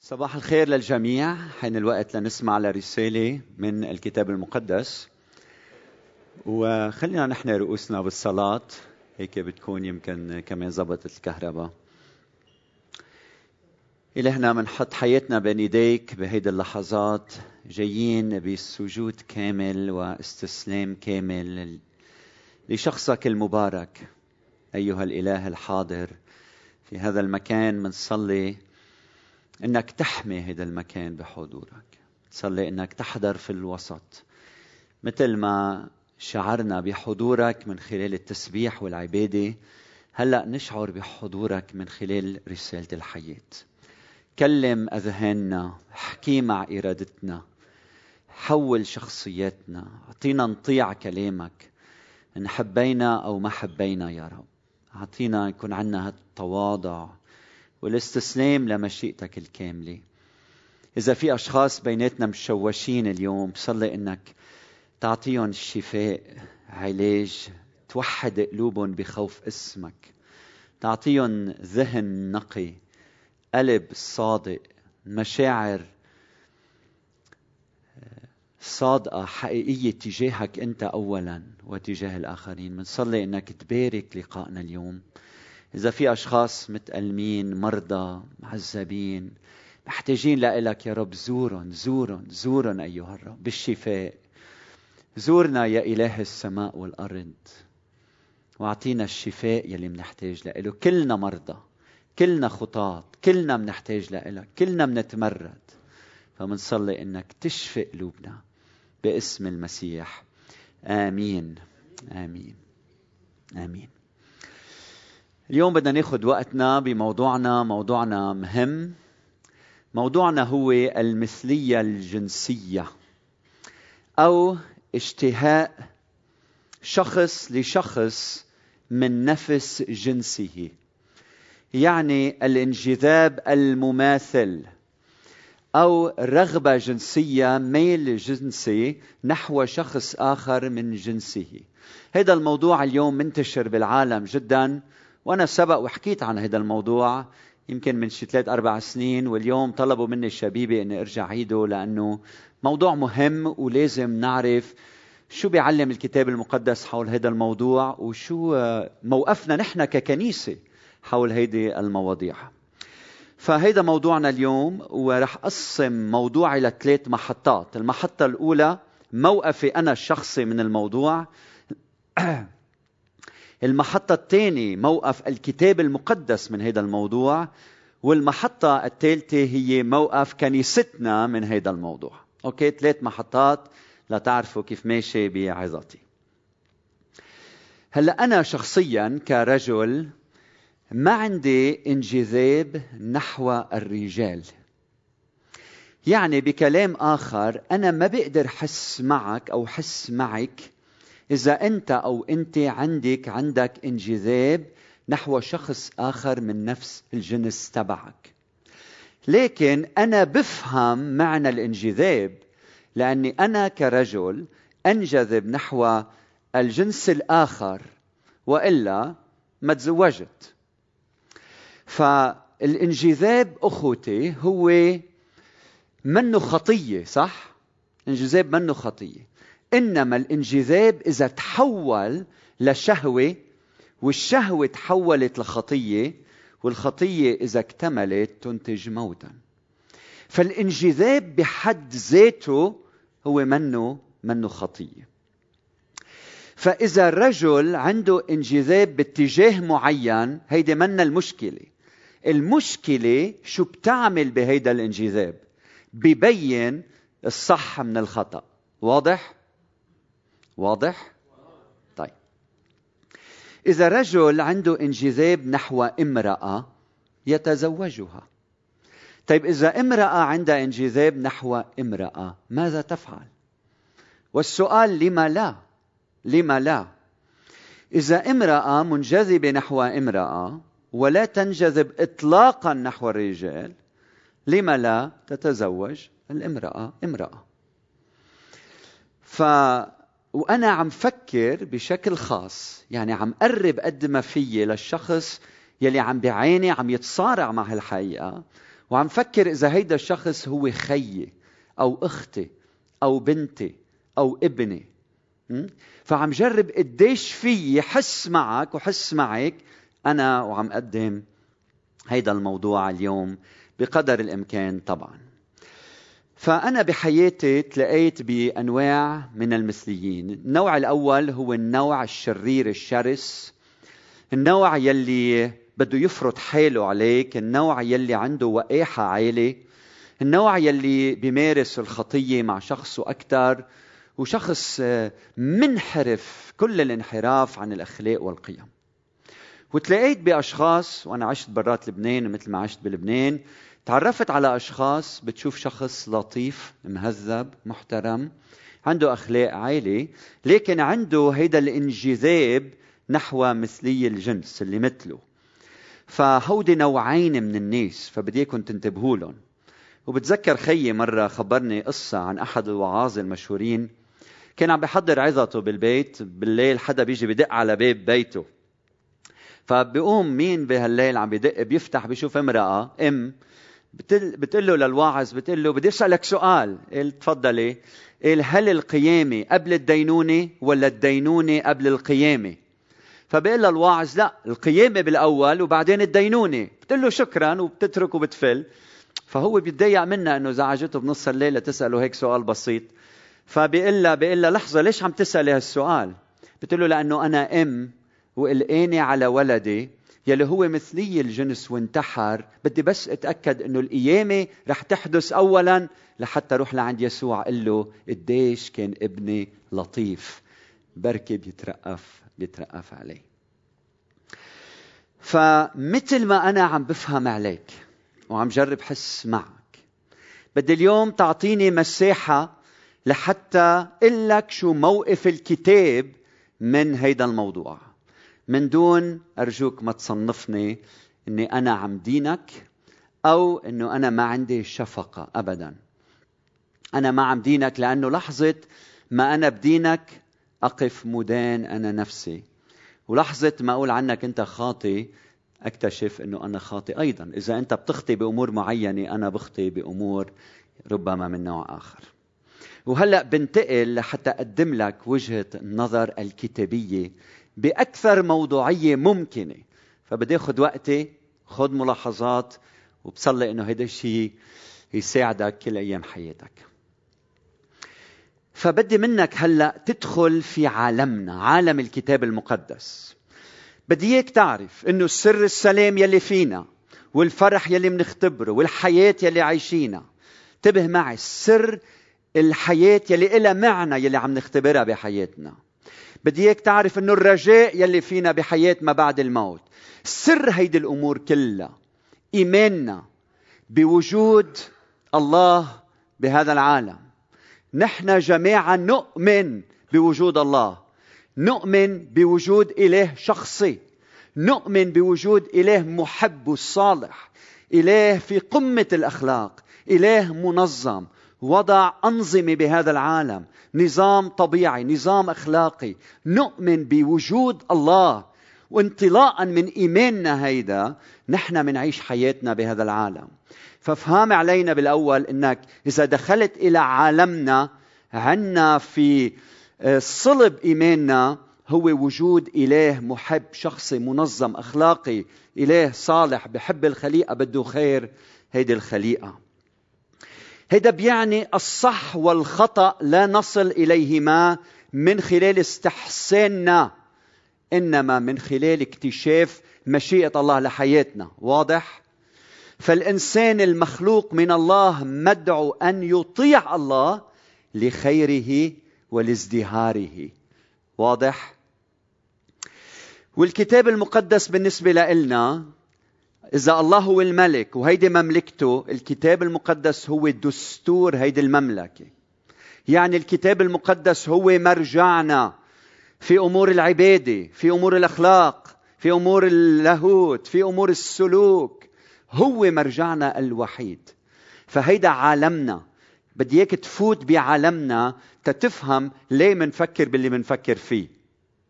صباح الخير للجميع. حين الوقت لنسمع لرسالة من الكتاب المقدس، وخلينا نحن رؤوسنا بالصلاة. هيك بتكون يمكن كمان زبطت الكهرباء. إلهنا منحط حياتنا بين يديك بهيدي اللحظات، جايين بسجود كامل واستسلام كامل لشخصك المبارك أيها الإله الحاضر في هذا المكان. منصلي إنك تحمي هذا المكان بحضورك، تصلي إنك تحضر في الوسط مثل ما شعرنا بحضورك من خلال التسبيح والعبادة. هلأ نشعر بحضورك من خلال رسالة الحياة. كلم أذهاننا، احكي مع إرادتنا، حول شخصياتنا، اعطينا نطيع كلامك إن حبينا أو ما حبينا يا رب. اعطينا يكون عنا التواضع والاستسلام لمشيئتك الكاملة. إذا في أشخاص بيناتنا مشوشين اليوم، بصلي إنك تعطيهم الشفاء، علاج، توحد قلوبهم بخوف اسمك، تعطيهم ذهن نقي، قلب صادق، مشاعر صادقة حقيقية تجاهك أنت أولا وتجاه الآخرين. منصلي إنك تبارك لقائنا اليوم. إذا في أشخاص متألمين، مرضى، معذبين، محتاجين لإلك يا رب، زورهم أيها الرب بالشفاء. زورنا يا إله السماء والأرض واعطينا الشفاء يلي منحتاج لإله. كلنا مرضى، كلنا خطاة، كلنا منحتاج لإلك، كلنا منتمرد. فمنصلي إنك تشفي قلوبنا باسم المسيح. آمين آمين آمين. اليوم بدنا ناخد وقتنا بموضوعنا مهم. موضوعنا هو المثلية الجنسية، أو اشتهاء شخص لشخص من نفس جنسه، يعني الانجذاب المماثل أو رغبة جنسية، ميل جنسي نحو شخص آخر من جنسه. هذا الموضوع اليوم منتشر بالعالم جدا، وأنا سبق وحكيت عن هذا الموضوع يمكن من 3-4 سنين، واليوم طلبوا مني الشبيبة أني أرجع عيده لأنه موضوع مهم ولازم نعرف شو بيعلم الكتاب المقدس حول هذا الموضوع، وشو موقفنا نحن ككنيسة حول هذه المواضيع. فهذا موضوعنا اليوم، ورح أقسم موضوعي ل3 محطات. المحطة الأولى موقفي أنا الشخصي من الموضوع. المحطة الثانية موقف الكتاب المقدس من هذا الموضوع. والمحطة الثالثة هي موقف كنيستنا من هذا الموضوع. أوكي، 3 محطات لتعرفوا كيف ماشي بعظتي. هلأ أنا شخصيا كرجل ما عندي انجذاب نحو الرجال. يعني بكلام آخر، أنا ما بقدر حس معك أو حس معك إذا أنت أو أنت عندك انجذاب نحو شخص آخر من نفس الجنس تبعك. لكن أنا بفهم معنى الانجذاب، لأني أنا كرجل أنجذب نحو الجنس الآخر، وإلا ما تزوجت. فالانجذاب أخوتي هو منه خطية، صح؟ الانجذاب منه خطية، إنما الانجذاب إذا تحول لشهوة، والشهوة تحولت لخطية، والخطية إذا اكتملت تنتج موتا. فالانجذاب بحد ذاته هو منه خطية. فإذا الرجل عنده انجذاب باتجاه معين، هيدا منا المشكلة. المشكلة شو بتعمل بهيدا الانجذاب، بيبين الصح من الخطأ. واضح؟ طيب، إذا رجل عنده انجذاب نحو امرأة يتزوجها. طيب، إذا امرأة عندها انجذاب نحو امرأة، ماذا تفعل؟ والسؤال لما لا؟ إذا امرأة منجذبة نحو امرأة ولا تنجذب إطلاقا نحو الرجال، لما لا تتزوج الامرأة امرأة؟ وأنا عم فكر بشكل خاص، يعني عم قرب قد ما فيي للشخص يلي عم بيعاني، عم يتصارع مع الحقيقة، وعم فكر إذا هيدا الشخص هو خيي أو أختي أو بنتي أو ابني. فعم جرب قديش في حس معك وحس معك أنا، وعم قدم هيدا الموضوع اليوم بقدر الإمكان طبعا. فأنا بحياتي تلقيت بأنواع من المثليين. النوع الأول هو النوع الشرير الشرس، النوع يلي بده يفرض حاله عليك، النوع يلي عنده وقاحة عالية، النوع يلي بيمارس الخطية مع شخص أكتر، وشخص منحرف كل الانحراف عن الأخلاق والقيم. وتلاقيت بأشخاص، وأنا عشت برات لبنان مثل ما عشت بلبنان، تعرفت على أشخاص بتشوف شخص لطيف مهذب محترم عنده أخلاق عالية، لكن عنده هيدا الانجذاب نحو مثلي الجنس اللي مثله. فهودي نوعين من الناس، فبدي يكون تنتبهوا لهم. وبتذكر خيي مرة خبرني قصة عن أحد الوعاظ المشهورين، كان عم بيحضر عظته بالبيت، بالليل حدا بيجي بدق على باب بيته، فبيقوم مين بهالليل عم بدق، بيفتح بيشوف امرأة بتقول له للواعظ، بتقول له بدي أسألك سؤال. قال تفضلي. قال هل القيامة قبل الدينونة ولا الدينونة قبل القيامة؟ فبيقول له الواعظ لا، القيامة بالأول وبعدين الدينونة. بتقول له شكرا وبتترك وبتفل. فهو بيتضايق منها انه زعجته بنص الليل تسأله هيك سؤال بسيط. فبيقول لها لحظة، ليش عم تسألي هالسؤال؟ بتقول له لأنه أنا وقلقانة على ولدي يلي هو مثلي الجنس وانتحر، بدي بس اتأكد انه القيامة رح تحدث اولا لحتى روح لعند يسوع قل له قديش كان ابني لطيف، بركي بيترقف عليه. فمثل ما انا عم بفهم عليك وعم جرب حس معك، بدي اليوم تعطيني مساحة لحتى اقول لك شو موقف الكتاب من هيدا الموضوع، من دون أرجوك ما تصنفني أني أنا عم دينك أو أنه أنا ما عندي شفقة. أبدا، أنا ما عم دينك، لأنه لحظة ما أنا بدينك أقف مدان أنا نفسي، ولحظة ما أقول عنك أنت خاطئ أكتشف أنه أنا خاطئ أيضا. إذا أنت بتخطي بأمور معينة أنا بخطي بأمور ربما من نوع آخر. وهلأ بنتقل لحتى أقدم لك وجهة النظر الكتابية بأكثر موضوعية ممكنة. فبدي أخذ وقتي، خذ ملاحظات، وبصلي إنه هيدا الشيء يساعدك كل أيام حياتك. فبدي منك هلأ تدخل في عالمنا، عالم الكتاب المقدس. بدي إياك تعرف إنه السر السلام يلي فينا والفرح يلي منختبره والحياة يلي عايشينها، انتبه معي، السر الحياة يلي إلها معنى يلي عم نختبرها بحياتنا. بدي إياك تعرف إنه الرجاء يلي فينا بحياة ما بعد الموت. سر هيدي الأمور كلها إيماننا بوجود الله بهذا العالم. نحن جميعا نؤمن بوجود الله، نؤمن بوجود إله شخصي، نؤمن بوجود إله محب وصالح، إله في قمة الأخلاق، إله منظم وضع أنظمة بهذا العالم، نظام طبيعي، نظام أخلاقي. نؤمن بوجود الله، وانطلاقا من إيماننا هيدا نحن منعيش حياتنا بهذا العالم. ففهم علينا بالأول إنك إذا دخلت إلى عالمنا، عنا في صلب إيماننا هو وجود إله محب شخصي منظم أخلاقي، إله صالح بحب الخليقة، بده خير هيدي الخليقة. هيدا بيعني الصح والخطأ لا نصل إليهما من خلال استحساننا، إنما من خلال اكتشاف مشيئة الله لحياتنا. واضح؟ فالإنسان المخلوق من الله مدعو أن يطيع الله لخيره ولازدهاره. واضح؟ والكتاب المقدس بالنسبة لنا، إذا الله هو الملك وهيدي مملكته، الكتاب المقدس هو دستور هيدي المملكة. يعني الكتاب المقدس هو مرجعنا في أمور العبادة، في أمور الأخلاق، في أمور اللاهوت، في أمور السلوك، هو مرجعنا الوحيد. فهيدا عالمنا، بدي اياك تفوت بعالمنا تتفهم ليه منفكر باللي منفكر فيه.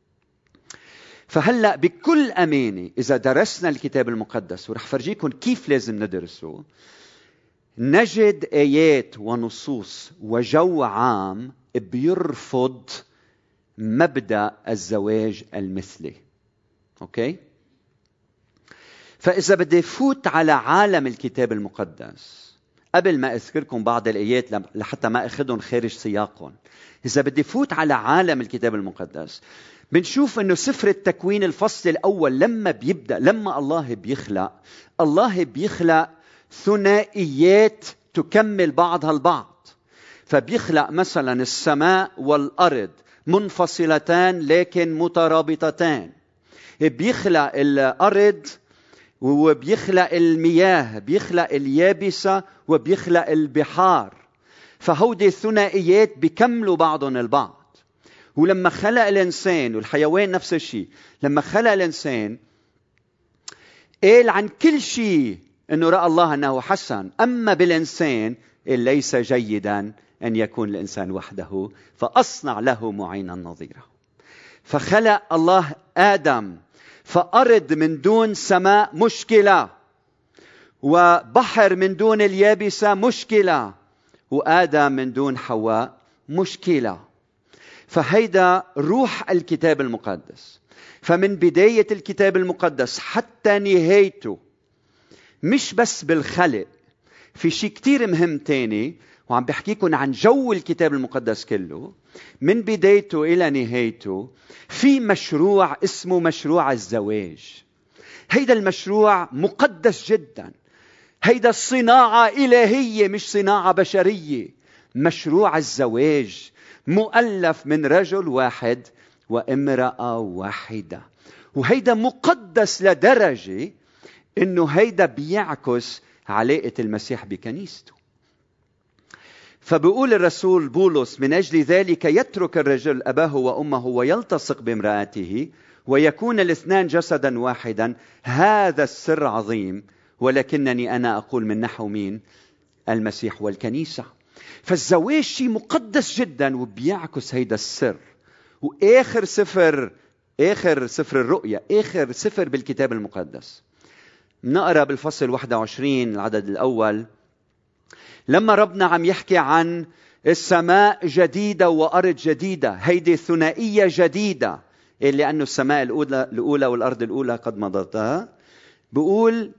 فهلأ بكل أمانة إذا درسنا الكتاب المقدس، ورح فرجيكم كيف لازم ندرسه، نجد آيات ونصوص وجو عام بيرفض مبدأ الزواج المثلي. أوكي؟ فإذا بدي فوت على عالم الكتاب المقدس، قبل ما أذكركم بعض الآيات لحتى ما أخذهم خارج سياقهم، إذا بدي فوت على عالم الكتاب المقدس، بنشوف أنه سفر التكوين الفصل الأول لما الله بيخلق ثنائيات تكمل بعضها البعض. فبيخلق مثلا السماء والأرض منفصلتان لكن مترابطتان. بيخلق الأرض وبيخلق المياه، بيخلق اليابسة وبيخلق البحار. فهودي الثنائيات بيكملوا بعضهم البعض. ولما خلق الإنسان والحيوان نفس الشيء، لما خلق الإنسان قال عن كل شيء أنه رأى الله أنه حسن، أما بالإنسان ليس جيدا أن يكون الإنسان وحده فأصنع له معينا نظيره. فخلق الله آدم، فأرض من دون سماء مشكلة، وبحر من دون اليابسة مشكلة، وآدم من دون حواء مشكلة. فهيدا روح الكتاب المقدس. فمن بداية الكتاب المقدس حتى نهايته مش بس بالخلق، في شيء كتير مهم تاني، وعم بحكيكم عن جو الكتاب المقدس كله. من بدايته إلى نهايته في مشروع اسمه مشروع الزواج. هيدا المشروع مقدس جدا. هيدا صناعة إلهية مش صناعة بشرية. مشروع الزواج مؤلف من رجل واحد وامرأة واحدة. وهيدا مقدس لدرجة إنه هيدا بيعكس علاقة المسيح بكنيسته. فبيقول الرسول بولس: من أجل ذلك يترك الرجل أباه وأمه ويلتصق بامرأته ويكون الاثنان جسدا واحدا. هذا السر عظيم، ولكنني أنا أقول من نحو مين؟ المسيح والكنيسة. فالزواج شيء مقدس جدا وبيعكس هيدا السر. وآخر سفر الرؤيا، آخر سفر بالكتاب المقدس، نقرأ بالفصل 21 العدد الأول، لما ربنا عم يحكي عن السماء جديدة وأرض جديدة، هيدي ثنائية جديدة، لأنه السماء الأولى والأرض الأولى قد مضتا. بقول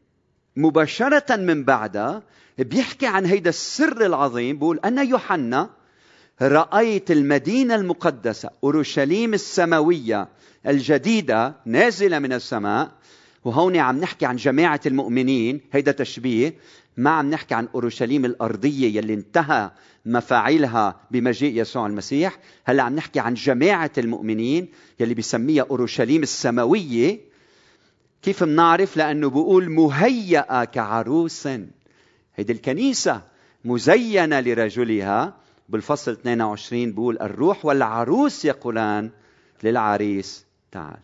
مباشرة من بعدها بيحكي عن هيدا السر العظيم. بقول: أنا يوحنا رأيت المدينة المقدسة أورشليم السماوية الجديدة نازلة من السماء. وهون عم نحكي عن جماعة المؤمنين، هيدا تشبيه، ما عم نحكي عن أورشليم الأرضية يلي انتهى مفاعلها بمجيء يسوع المسيح. هلأ عم نحكي عن جماعة المؤمنين يلي بيسميها أورشليم السماوية. كيف منعرف؟ لأنه بيقول مهيئة كعروس. هيدي الكنيسة مزينة لرجلها. بالفصل 22 بيقول: الروح والعروس يقولان للعريس تعال.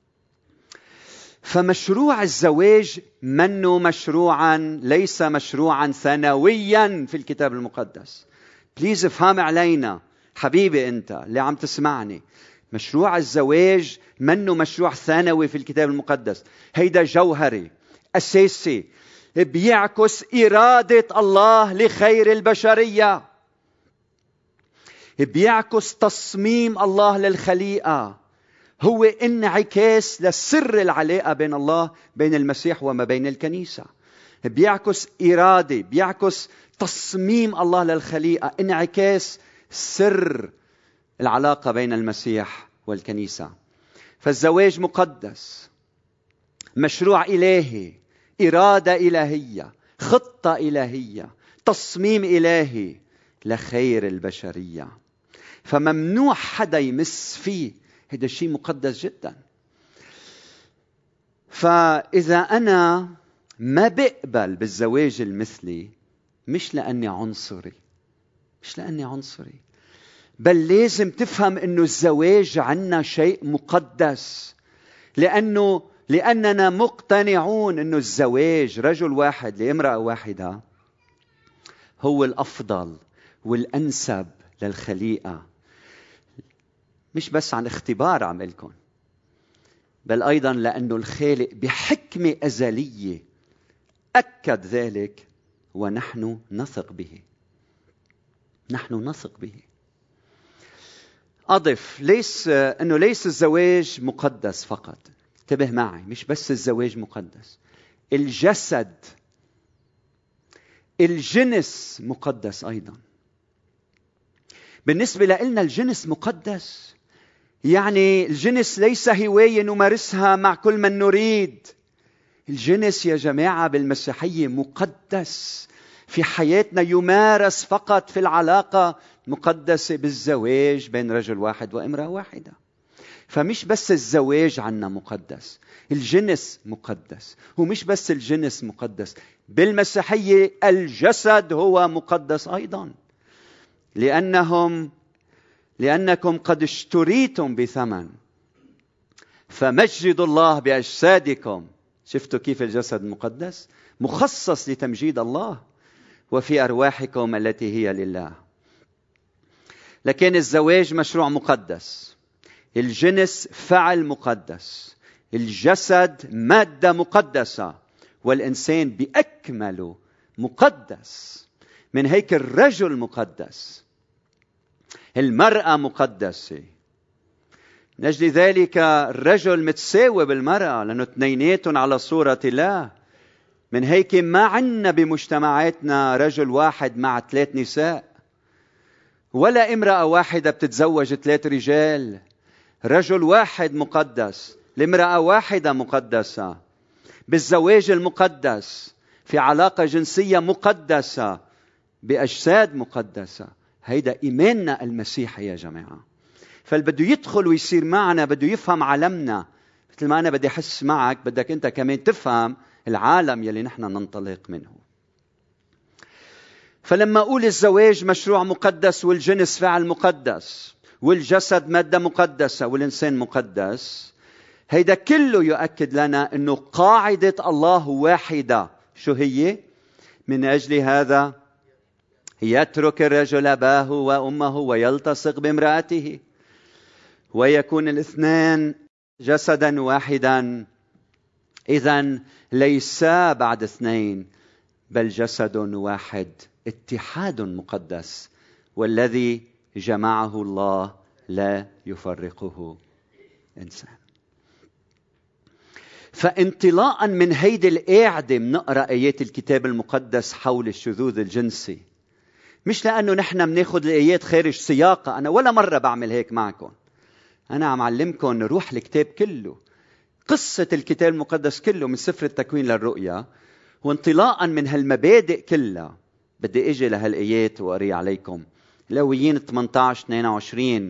فمشروع الزواج منه مشروعا، ليس مشروعا ثانويا في الكتاب المقدس. بليز افهم علينا حبيبي انت اللي عم تسمعني. مشروع الزواج منه مشروع ثانوي في الكتاب المقدس. هيدا جوهري أساسي، بيعكس إرادة الله لخير البشرية، بيعكس تصميم الله للخليقة. هو انعكاس لسر العلاقة بين الله، بين المسيح وما بين الكنيسة. بيعكس إرادة، بيعكس تصميم الله للخليقة، انعكاس سر العلاقة بين المسيح والكنيسة. فالزواج مقدس، مشروع إلهي، إرادة إلهية، خطة إلهية، تصميم إلهي لخير البشرية. فممنوع حدا يمس فيه. هذا الشيء مقدس جدا. فإذا أنا ما بقبل بالزواج المثلي، مش لأني عنصري، بل لازم تفهم أنه الزواج عنا شيء مقدس. لأننا مقتنعون أنه الزواج رجل واحد لامرأة واحدة هو الأفضل والأنسب للخليقة. مش بس عن اختبار عملكم، بل أيضا لأنه الخالق بحكمة أزلية أكد ذلك ونحن نثق به. نحن نثق به. أضف أنه ليس الزواج مقدس فقط. انتبه معي، مش بس الزواج مقدس، الجسد، الجنس مقدس أيضا. بالنسبة لنا الجنس مقدس، يعني الجنس ليس هواية نمارسها مع كل من نريد. الجنس يا جماعة بالمسيحية مقدس في حياتنا، يمارس فقط في العلاقة مقدسة بالزواج بين رجل واحد وامرأة واحدة. فمش بس الزواج عنا مقدس، الجنس مقدس. ومش بس الجنس مقدس، بالمسيحية الجسد هو مقدس أيضا، لأنكم قد اشتريتم بثمن، فمجدوا الله بأجسادكم. شفتوا كيف الجسد مقدس؟ مخصص لتمجيد الله، وفي أرواحكم التي هي لله. لكن الزواج مشروع مقدس، الجنس فعل مقدس، الجسد مادة مقدسة، والإنسان بأكمله مقدس. من هيك الرجل مقدس، المرأة مقدسة. من أجل ذلك الرجل متساوي بالمرأة، لأنه اثنيناتهم على صورة الله. من هيك ما عنا بمجتمعاتنا رجل واحد مع 3 نساء، ولا امرأة واحدة بتتزوج 3 رجال. رجل واحد مقدس، لامرأة واحدة مقدسة، بالزواج المقدس، في علاقة جنسية مقدسة، بأجساد مقدسة. هيدا إيماننا المسيحي يا جماعة. فاللي بده يدخل ويصير معنا بده يفهم عالمنا، مثل ما أنا بدي أحس معك بدك أنت كمان تفهم العالم يلي نحن ننطلق منه. فلما أقول الزواج مشروع مقدس، والجنس فعل مقدس، والجسد مادة مقدسة، والإنسان مقدس، هيدا كله يؤكد لنا أنه قاعدة الله واحدة. شو هي؟ من أجل هذا يترك الرجل أباه وأمه ويلتصق بامرأته ويكون الاثنان جسدا واحدا. إذن ليس بعد 2 بل جسد واحد، اتحاد مقدس، والذي جمعه الله لا يفرقه إنسان. فانطلاقا من هيدي القاعدة بنقرأ آيات الكتاب المقدس حول الشذوذ الجنسي، مش لأنه نحن بناخد الآيات خارج سياقها. أنا ولا مرة بعمل هيك معكم. أنا عم علمكم روح الكتاب كله، قصة الكتاب المقدس كله من سفر التكوين للرؤيا. وانطلاقا من هالمبادئ كلها بدي اجي لهالآيات وأقري عليكم. لاويين 18:22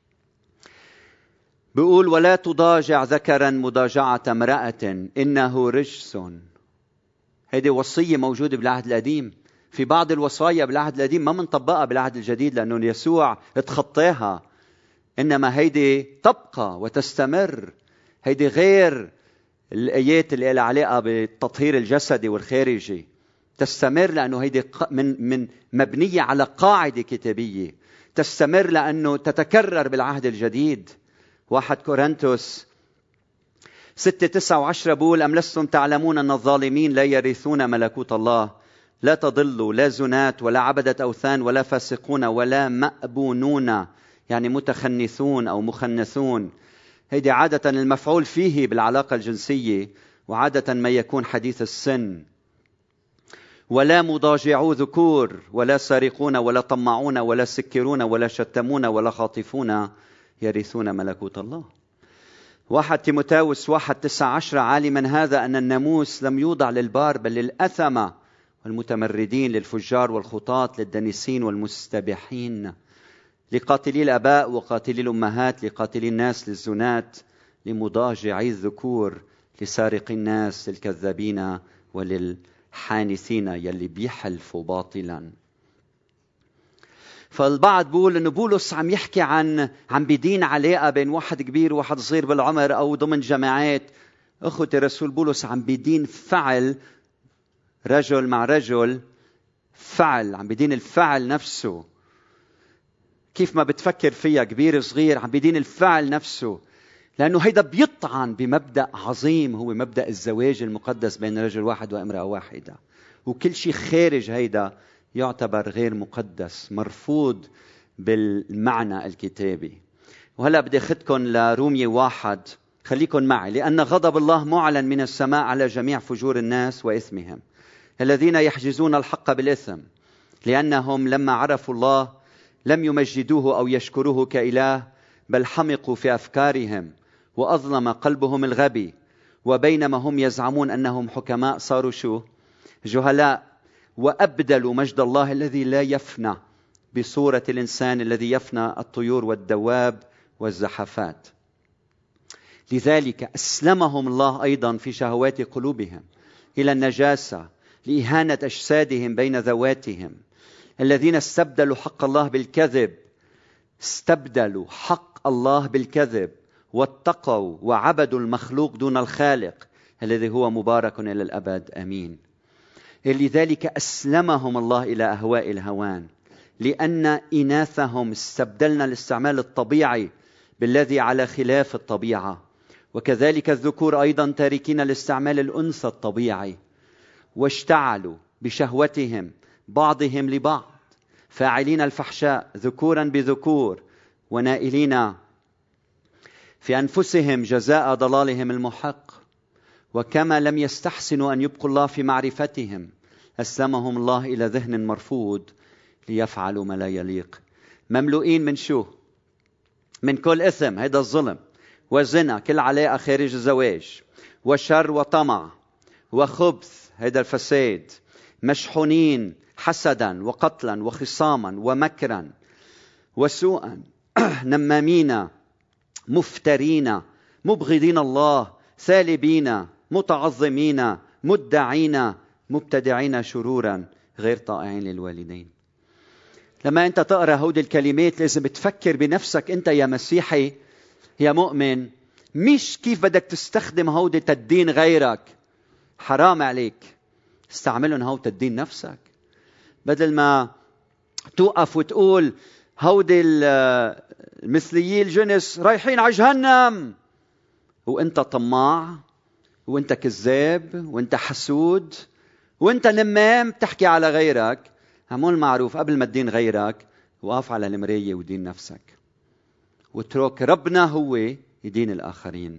بيقول: ولا تضاجع ذكرا مضاجعة امرأة إنه رجس. هذه وصية موجودة بالعهد القديم. في بعض الوصايا بالعهد القديم ما منطبقها بالعهد الجديد لأنه يسوع اتخطاها، إنما هيدي تبقى وتستمر. هيدي غير الآيات اللي لها علاقة بالتطهير الجسدي والخارجي، تستمر لأنه هيدي من مبنية على قاعدة كتابية، تستمر لأنه تتكرر بالعهد الجديد. 1 كورنثوس 6:9-10 بقول: أم لستم تعلمون أن الظالمين لا يرثون ملكوت الله؟ لا تضلوا، لا زنات ولا عبدة أوثان ولا فاسقون ولا مأبونون، يعني متخنثون أو مخنثون. هيدي عادة المفعول فيه بالعلاقة الجنسية، وعادة ما يكون حديث السن. ولا مضاجعو ذكور ولا سارقون ولا طمعون ولا سكرون ولا شتمون ولا خاطفون يرثون ملكوت الله. 1 تيموثاوس 1:9-10 عالما هذا أن الناموس لم يوضع للبار بل للأثمة والمتمردين، للفجار والخطاة، للدنيسين والمستبحين، لقاتلي الآباء وقاتلي الأمهات، لقاتلي الناس، للزنات، لمضاجعي الذكور، لسارقي الناس، للكذابين وللحانثين يلي بيحلفوا باطلا. فالبعض بيقول إنه بولس عم يحكي عن بدين علاقة بين واحد كبير وواحد صغير بالعمر أو ضمن جماعات. أخوتي، رسول بولس عم بدين فعل رجل مع رجل، فعل عم بدين الفعل نفسه. كيف ما بتفكر فيها كبير صغير، عم بدين الفعل نفسه، لأنه هيدا بيطعن بمبدأ عظيم هو مبدأ الزواج المقدس بين رجل واحد وامرأة واحدة. وكل شيء خارج هيدا يعتبر غير مقدس، مرفوض بالمعنى الكتابي. وهلأ بدي أخذكم لرومية 1. خليكن معي. لأن غضب الله معلن من السماء على جميع فجور الناس وإثمهم الذين يحجزون الحق بالإثم، لأنهم لما عرفوا الله لم يمجدوه أو يشكروه كإله، بل حمقوا في أفكارهم وأظلم قلبهم الغبي، وبينما هم يزعمون أنهم حكماء صاروا شو؟ جهلاء، وأبدلوا مجد الله الذي لا يفنى بصورة الإنسان الذي يفنى الطيور والدواب والزحفات. لذلك أسلمهم الله أيضا في شهوات قلوبهم إلى النجاسة لإهانة أجسادهم بين ذواتهم، الذين استبدلوا حق الله بالكذب، استبدلوا حق الله بالكذب، واتقوا وعبدوا المخلوق دون الخالق الذي هو مبارك إلى الأبد آمين. لذلك أسلمهم الله إلى أهواء الهوان، لأن إناثهم استبدلنا الاستعمال الطبيعي بالذي على خلاف الطبيعة، وكذلك الذكور أيضا تاركين الاستعمال الأنثى الطبيعي، واشتعلوا بشهوتهم بعضهم لبعض، فاعلين الفحشاء ذكورا بذكور، ونائلين في أنفسهم جزاء ضلالهم المحق. وكما لم يستحسنوا أن يبقوا الله في معرفتهم، أسلمهم الله إلى ذهن مرفوض ليفعلوا ما لا يليق، مملوئين من شو؟ من كل إثم، هذا الظلم، وزنا، كل علاقة خارج الزواج، وشر وطمع وخبث، هذا الفساد، مشحونين حسدا وقتلا وخصاما ومكرا وسوءا، نمامين، مفترين، مبغضين الله، ثالبين، متعظمين، مدعين، مبتدعين شرورا، غير طائعين للوالدين. لما أنت تقرأ هودي الكلمات لازم تفكر بنفسك أنت يا مسيحي يا مؤمن، مش كيف بدك تستخدم هودي تدين غيرك. حرام عليك، استعملهم هو تدين نفسك، بدل ما توقف وتقول هودي المثليي الجنس رايحين على جهنم، وانت طماع، وانت كذاب، وانت حسود، وانت نمام تحكي على غيرك. عمول معروف، قبل ما تدين غيرك وقف على المراية ودين نفسك، واترك ربنا هو يدين الآخرين.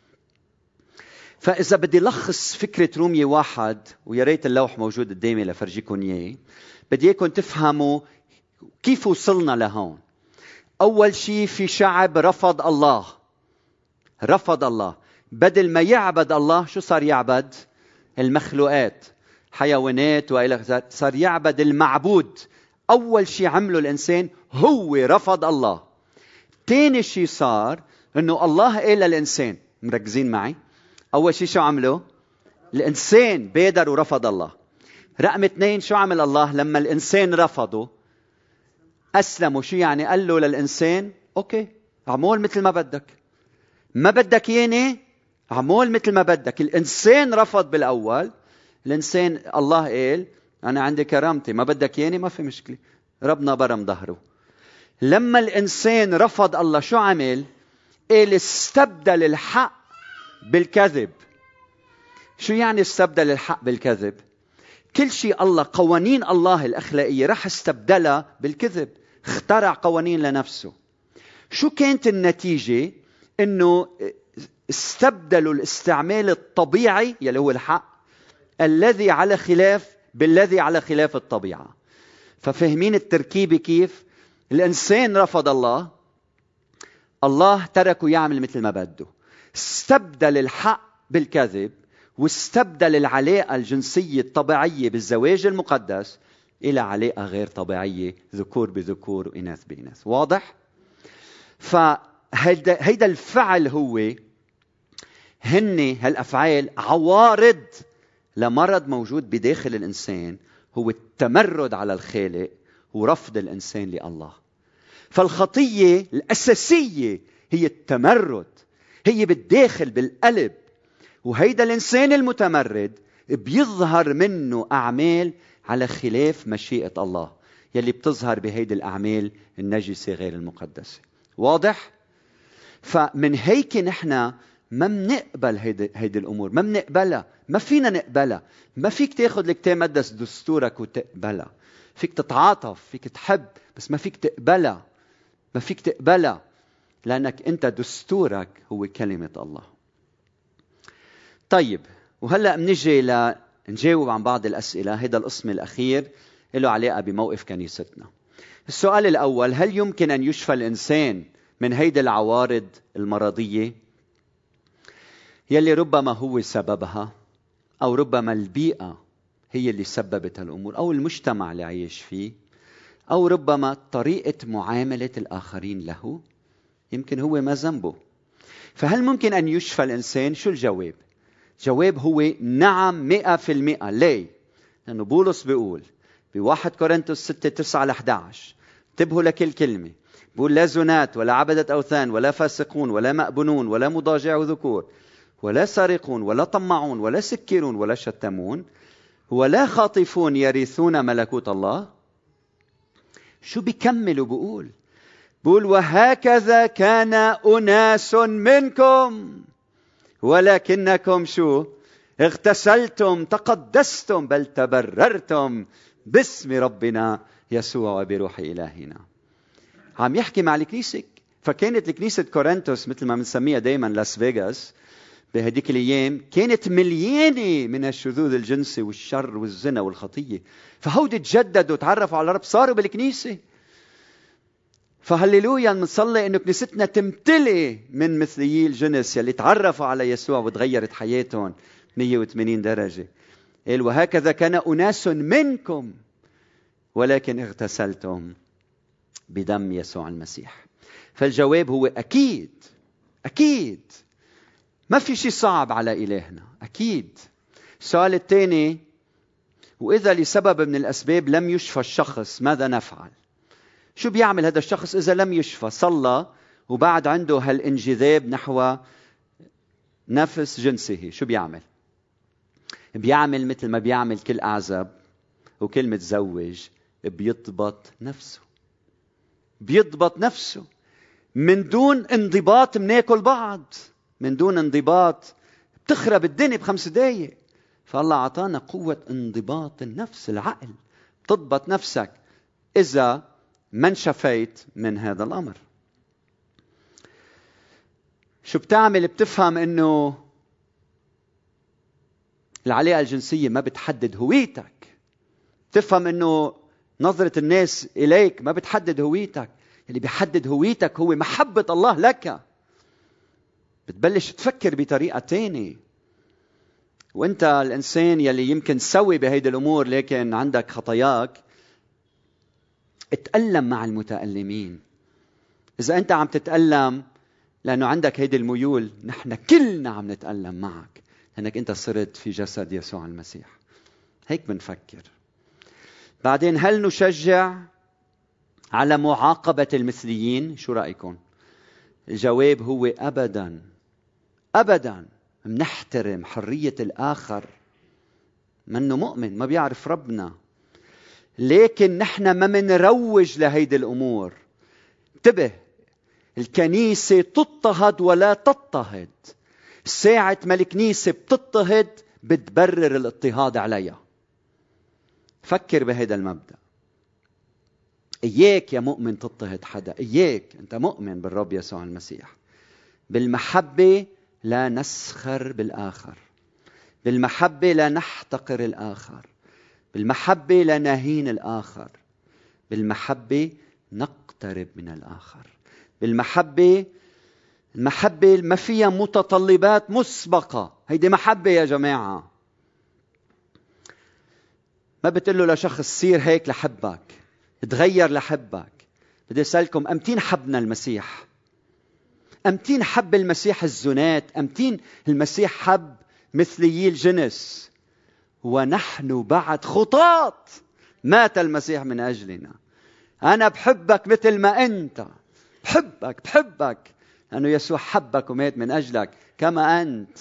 فإذا بدي لخص فكرة رومية 1، ويا ريت اللوح موجود قدامي لفرجيكم إياه، بدي إياكم تفهموا كيف وصلنا لهون. أول شيء، في شعب رفض الله، رفض الله، بدل ما يعبد الله شو صار يعبد؟ المخلوقات، حيوانات وإلى، صار يعبد المعبود. أول شيء عمله الإنسان هو رفض الله. تاني شيء صار إنه الله قال للإنسان، مركزين معي؟ أول شيء شو عمله؟ الإنسان بادر ورفض الله. رقم 2، شو عمل الله لما الإنسان رفضه؟ أسلموا. شو يعني؟ قال له للإنسان أوكي، عمول مثل ما بدك، ما بدك ياني عمول مثل ما بدك. الإنسان رفض بالأول، الإنسان الله قال أنا عندي كرامتي، ما بدك ياني ما في مشكلة، ربنا برم ظهره. لما الإنسان رفض الله شو عمل؟ قال استبدل الحق بالكذب. شو يعني استبدل الحق بالكذب؟ كل شيء الله، قوانين الله الأخلاقية رح استبدلها بالكذب، اخترع قوانين لنفسه. شو كانت النتيجة؟ إنه استبدلوا الاستعمال الطبيعي يلي هو الحق الذي على خلاف بالذي على خلاف الطبيعة. ففهمين التركيبة كيف؟ الإنسان رفض الله، الله تركه يعمل مثل ما بده، استبدل الحق بالكذب، واستبدل العلاقة الجنسية الطبيعية بالزواج المقدس إلى علاقة غير طبيعية، ذكور بذكور وإناث بإناث. واضح؟ فهيدا الفعل هن هالأفعال عوارض لمرض موجود بداخل الإنسان، هو التمرد على الخالق ورفض الإنسان لله. فالخطية الأساسية هي التمرد، هي بالداخل بالقلب. وهيدا الإنسان المتمرد بيظهر منه أعمال على خلاف مشيئة الله، يلي بتظهر بهيدي الأعمال النجسة غير المقدسة. واضح؟ فمن هيك نحن ما منقبل هيدي الأمور، ما منقبلها، ما فينا نقبلها. ما فيك تاخد الكتاب المقدس دستورك وتقبلها. فيك تتعاطف، فيك تحب، بس ما فيك تقبلها. ما فيك تقبلها لأنك أنت دستورك هو كلمة الله. طيب، وهلأ منجي لنجاوب عن بعض الأسئلة. هذا القسم الأخير له علاقة بموقف كنيستنا. السؤال الأول: هل يمكن أن يشفى الإنسان من هيدي العوارض المرضية يلي ربما هو سببها، أو ربما البيئة هي اللي سببت هالأمور، أو المجتمع اللي عايش فيه، أو ربما طريقة معاملة الآخرين له؟ يمكن هو ما ذنبه. فهل ممكن أن يشفى الإنسان؟ شو الجواب؟ جواب هو نعم 100%. ليه؟ لأنه بولس بيقول ب1 كورنثوس 6:9-11، انتبهوا لكل كلمة، بيقول: لا زنات ولا عبدة أوثان ولا فاسقون ولا مأبونون ولا مضاجع ذكور ولا سارقون ولا طمعون ولا سكرون ولا شتمون ولا خاطفون يرثون ملكوت الله. شو بيكملوا؟ بقول: وهكذا كان أناس منكم ولكنكم شو؟ اغتسلتم، تقدستم، بل تبررتم باسم ربنا يسوع وبروح إلهنا. عم يحكي مع الكنيسة. فكانت الكنيسة كورنثوس مثل ما بنسميها دايما لاس فيغاس بهديك الأيام، كانت مليانة من الشذوذ الجنسي والشر والزنا والخطية. فهودي تجددوا، تعرفوا على الرب، صاروا بالكنيسة. فهللويا، نصلي إنه كنيستنا تمتلئ من مثليي الجنس يلي تعرفوا على يسوع وتغيرت حياتهم 180 درجة. قال: وهكذا كان أناس منكم ولكن اغتسلتم بدم يسوع المسيح. فالجواب هو أكيد ما في شيء صعب على إلهنا، أكيد. السؤال الثاني: وإذا لسبب من الأسباب لم يشفى الشخص ماذا نفعل؟ شو بيعمل هذا الشخص إذا لم يشفى؟ صلى وبعد عنده هالانجذاب نحو نفس جنسه، شو بيعمل؟ بيعمل مثل ما بيعمل كل أعزب وكل متزوج، بيضبط نفسه. من دون انضباط مناكل بعض، من دون انضباط بتخرب الدنيا ب5 دقايق. فالله عطانا قوة انضباط النفس، العقل، تضبط نفسك إذا ما انشفيت من هذا الأمر. شو بتعمل؟ بتفهم إنه العلاقة الجنسية ما بتحدد هويتك. تفهم إنه نظرة الناس إليك ما بتحدد هويتك. اللي بيحدد هويتك هو محبة الله لك. بتبلش تفكر بطريقة تانية. وانت الإنسان يلي يمكن سوي بهيدي الأمور لكن عندك خطاياك، اتألم مع المتألمين. إذا أنت عم تتألم لأنه عندك هيدي الميول، نحن كلنا عم نتألم معك لأنك أنت صرت في جسد يسوع المسيح. هيك بنفكر. بعدين، هل نشجع على معاقبة المثليين؟ شو رأيكم؟ الجواب هو أبداً. منحترم حرية الآخر، منه مؤمن ما بيعرف ربنا، لكن نحن ما منروج لهيدي الأمور. انتبه، الكنيسة تضطهد ولا تضطهد. ساعة ما الكنيسة بتضطهد بتبرر الاضطهاد عليها. فكر بهذا المبدأ. إياك يا مؤمن تضطهد حدا، إياك، أنت مؤمن بالرب يسوع المسيح. بالمحبة لا نسخر بالآخر، بالمحبة لا نحتقر الآخر، بالمحبة لا نهين الآخر، بالمحبة نقترب من الآخر. المحبة ما فيها متطلبات مسبقة. هيدي محبة يا جماعة. ما بتقول له لشخص سير هيك لحبك، تغير لحبك. بدي أسألكم، أمتين حبنا المسيح؟ أمتين حب المسيح الزنات؟ أمتين المسيح حب مثليي الجنس؟ ونحن بعد خطاة مات المسيح من أجلنا. أنا بحبك مثل ما أنت، بحبك لأنه يسوع حبك ومات من أجلك كما أنت.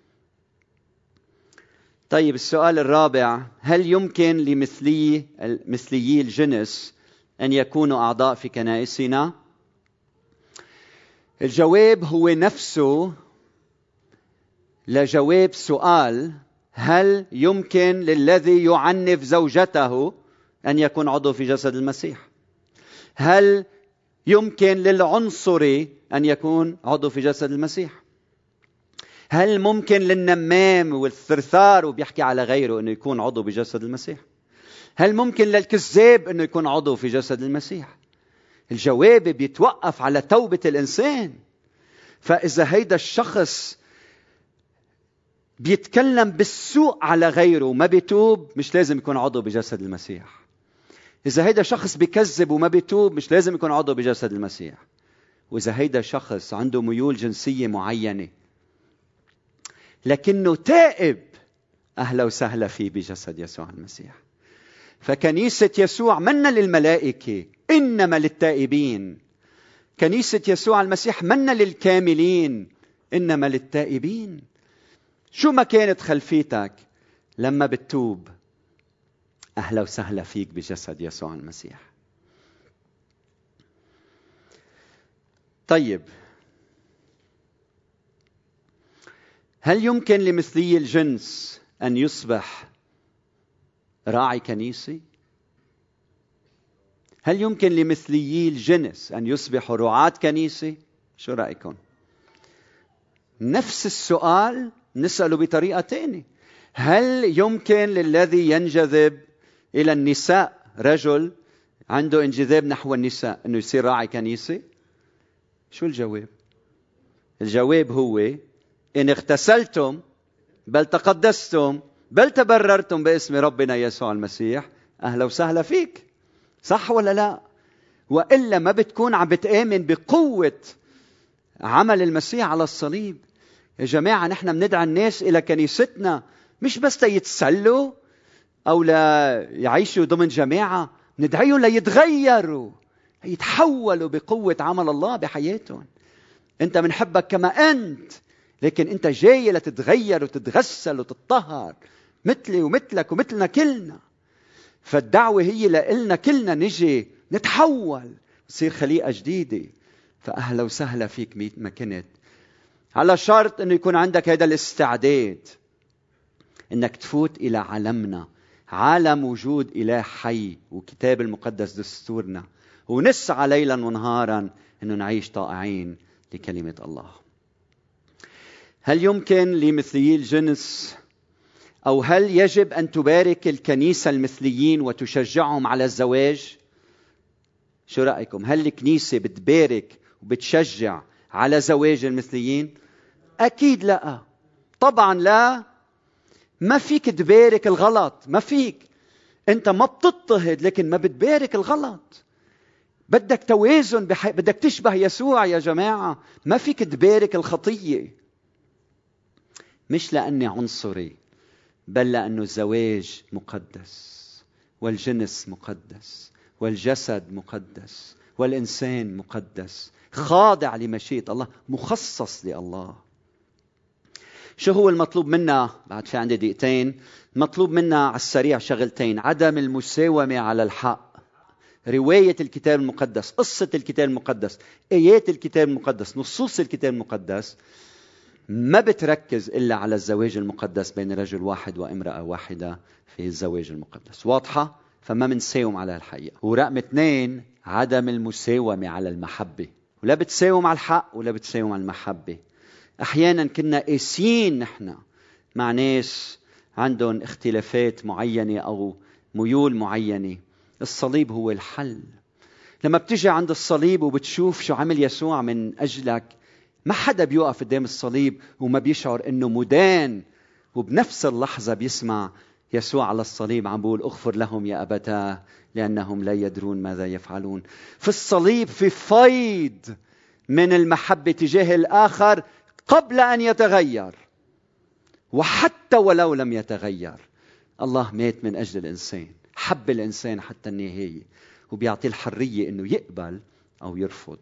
طيب، السؤال الرابع: هل يمكن لمثليي الجنس أن يكونوا أعضاء في كنائسنا؟ الجواب هو نفسه لجواب سؤال: هل يمكن للذي يعنف زوجته أن يكون عضو في جسد المسيح؟ هل يمكن للعنصري أن يكون عضو في جسد المسيح؟ هل ممكن للنمام والثرثار وبيحكي على غيره أنه يكون عضو بجسد المسيح؟ هل ممكن للكذاب أنه يكون عضو في جسد المسيح؟ الجواب بيتوقف على توبة الإنسان. فإذا هيدا الشخص بيتكلم بالسوء على غيره وما بيتوب، مش لازم يكون عضو بجسد المسيح. إذا هيدا شخص بيكذب وما بيتوب، مش لازم يكون عضو بجسد المسيح. وإذا هيدا شخص عنده ميول جنسية معينة لكنه تائب، أهلا وسهلا فيه بجسد يسوع المسيح. فكنيسة يسوع منا للملائكة، إنما للتائبين. كنيسة يسوع المسيح منا للكاملين، إنما للتائبين. شو ما كانت خلفيتك، لما بتتوب أهلا وسهلا فيك بجسد يسوع المسيح. طيب، هل يمكن لمثلي الجنس أن يصبح راعي كنيسي؟ هل يمكن لمثليي الجنس أن يصبحوا رعاة كنيسي؟ شو رأيكم؟ نفس السؤال نسأله بطريقة تانية. هل يمكن للذي ينجذب إلى النساء، رجل عنده انجذاب نحو النساء، أنه يصير راعي كنيسي؟ شو الجواب؟ الجواب هو: إن اغتسلتم بل تقدستم بل تبررتم باسم ربنا يسوع المسيح، أهلا وسهلا فيك. صح ولا لا؟ وإلا ما بتكون عم بتآمن بقوة عمل المسيح على الصليب. يا جماعة، نحن بندعى الناس إلى كنيستنا مش بس يتسلوا أو لا يعيشوا ضمن جماعة، ندعيهم ليتغيروا، يتحولوا بقوة عمل الله بحياتهم. أنت منحبك كما أنت، لكن أنت جاي لتتغير وتتغسل وتتطهر مثلي ومثلك ومثلنا كلنا. فالدعوة هي لإلنا كلنا نجي نتحول، نصير خليقة جديدة. فأهلا وسهلا فيك ما كنت، على شرط أنه يكون عندك هذا الاستعداد أنك تفوت إلى عالمنا، عالم وجود إله حي وكتاب المقدس دستورنا، ونسعى ليلا ونهارا أنه نعيش طائعين لكلمة الله. هل يمكن لمثليي الجنس، أو هل يجب أن تبارك الكنيسة المثليين وتشجعهم على الزواج؟ شو رأيكم؟ هل الكنيسة بتبارك وبتشجع على زواج المثليين؟ أكيد لا، طبعا لا. ما فيك تبارك الغلط، ما فيك. أنت ما بتضطهد لكن ما بتبارك الغلط. بدك توازن بدك تشبه يسوع يا جماعة. ما فيك تبارك الخطية، مش لأني عنصري، بل لأنه الزواج مقدس، والجنس مقدس، والجسد مقدس، والإنسان مقدس، خاضع لمشيئة الله، مخصص لله. شو هو المطلوب منا؟ بعد في عندي دقيقتين. مطلوب منا على السريع شغلتين: عدم المساومة على الحق. رواية الكتاب المقدس، قصة الكتاب المقدس، آيات الكتاب المقدس، نصوص الكتاب المقدس ما بتركز إلا على الزواج المقدس بين رجل واحد وامرأة واحدة في الزواج المقدس. واضحة؟ فما منساوم على الحقيقة. ورقم 2: عدم المساومة على المحبة. ولا بتساوم على الحق ولا بتساوم على المحبة. أحيانا كنا قاسيين نحن مع ناس عندهم اختلافات معينة أو ميول معينة. الصليب هو الحل. لما بتجي عند الصليب وبتشوف شو عمل يسوع من أجلك، ما حدا بيوقف قدام الصليب وما بيشعر إنه مدان، وبنفس اللحظة بيسمع يسوع على الصليب عم بيقول: اغفر لهم يا أبتاه لأنهم لا يدرون ماذا يفعلون. في الصليب في فيض من المحبة تجاه الآخر قبل أن يتغير، وحتى ولو لم يتغير الله مات من أجل الإنسان، حب الإنسان حتى النهاية، وبيعطي الحرية إنه يقبل أو يرفض.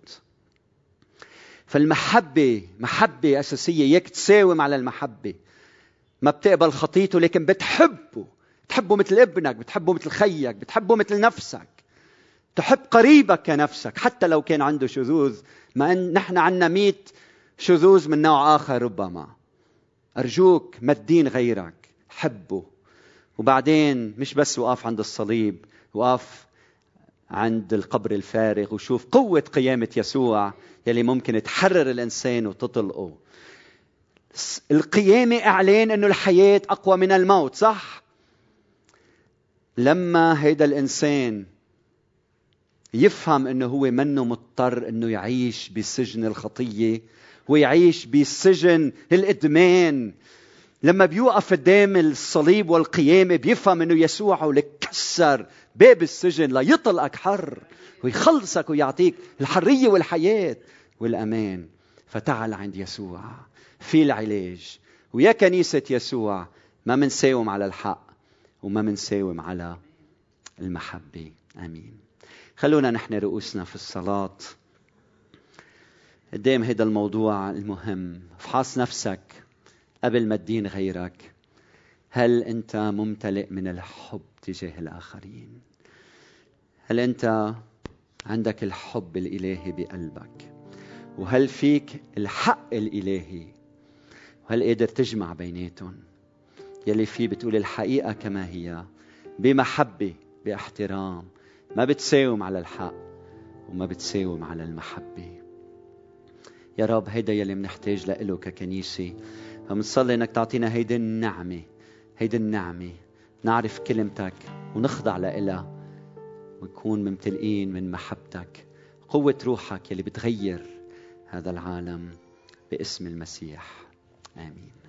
فالمحبة محبة أساسية. ياك تساوم على المحبة، ما بتقبل خطيته لكن بتحبه مثل ابنك، بتحبه مثل خيك، بتحبه مثل نفسك، تحب قريبك كنفسك حتى لو كان عنده شذوذ. ما نحن عنا 100 شذوذ من نوع آخر ربما، أرجوك ما تدين غيرك، حبه. وبعدين مش بس وقف عند الصليب، وقف عند القبر الفارغ وشوف قوة قيامة يسوع يلي ممكن تحرر الإنسان وتطلقه. القيامة إعلان أنه الحياة أقوى من الموت، صح؟ لما هيدا الإنسان يفهم أنه هو منه مضطر أنه يعيش بسجن الخطية ويعيش بسجن الإدمان، لما بيوقف قدام الصليب والقيامة بيفهم أنه يسوع هو اللي كسر باب السجن ليطلقك حر ويخلصك ويعطيك الحرية والحياة والأمان. فتعال عند يسوع في العلاج. ويا كنيسة يسوع ما منساوم على الحق وما منساوم على المحبة. آمين. خلونا نحن رؤوسنا في الصلاة قدام هذا الموضوع المهم. افحص نفسك قبل ما تدين غيرك. هل أنت ممتلئ من الحب تجاه الآخرين؟ هل أنت عندك الحب الإلهي بقلبك؟ وهل فيك الحق الإلهي؟ وهل قادر تجمع بيناتهم؟ يلي فيه بتقول الحقيقة كما هي، بمحبة باحترام، ما بتساوم على الحق وما بتساوم على المحبة. يا رب هيدا يلي منحتاج له ككنيسة. فمنصلي انك تعطينا هيدا النعمة نعرف كلمتك ونخضع لإلها ونكون ممتلئين من محبتك، قوة روحك يلي بتغير هذا العالم، باسم المسيح. آمين.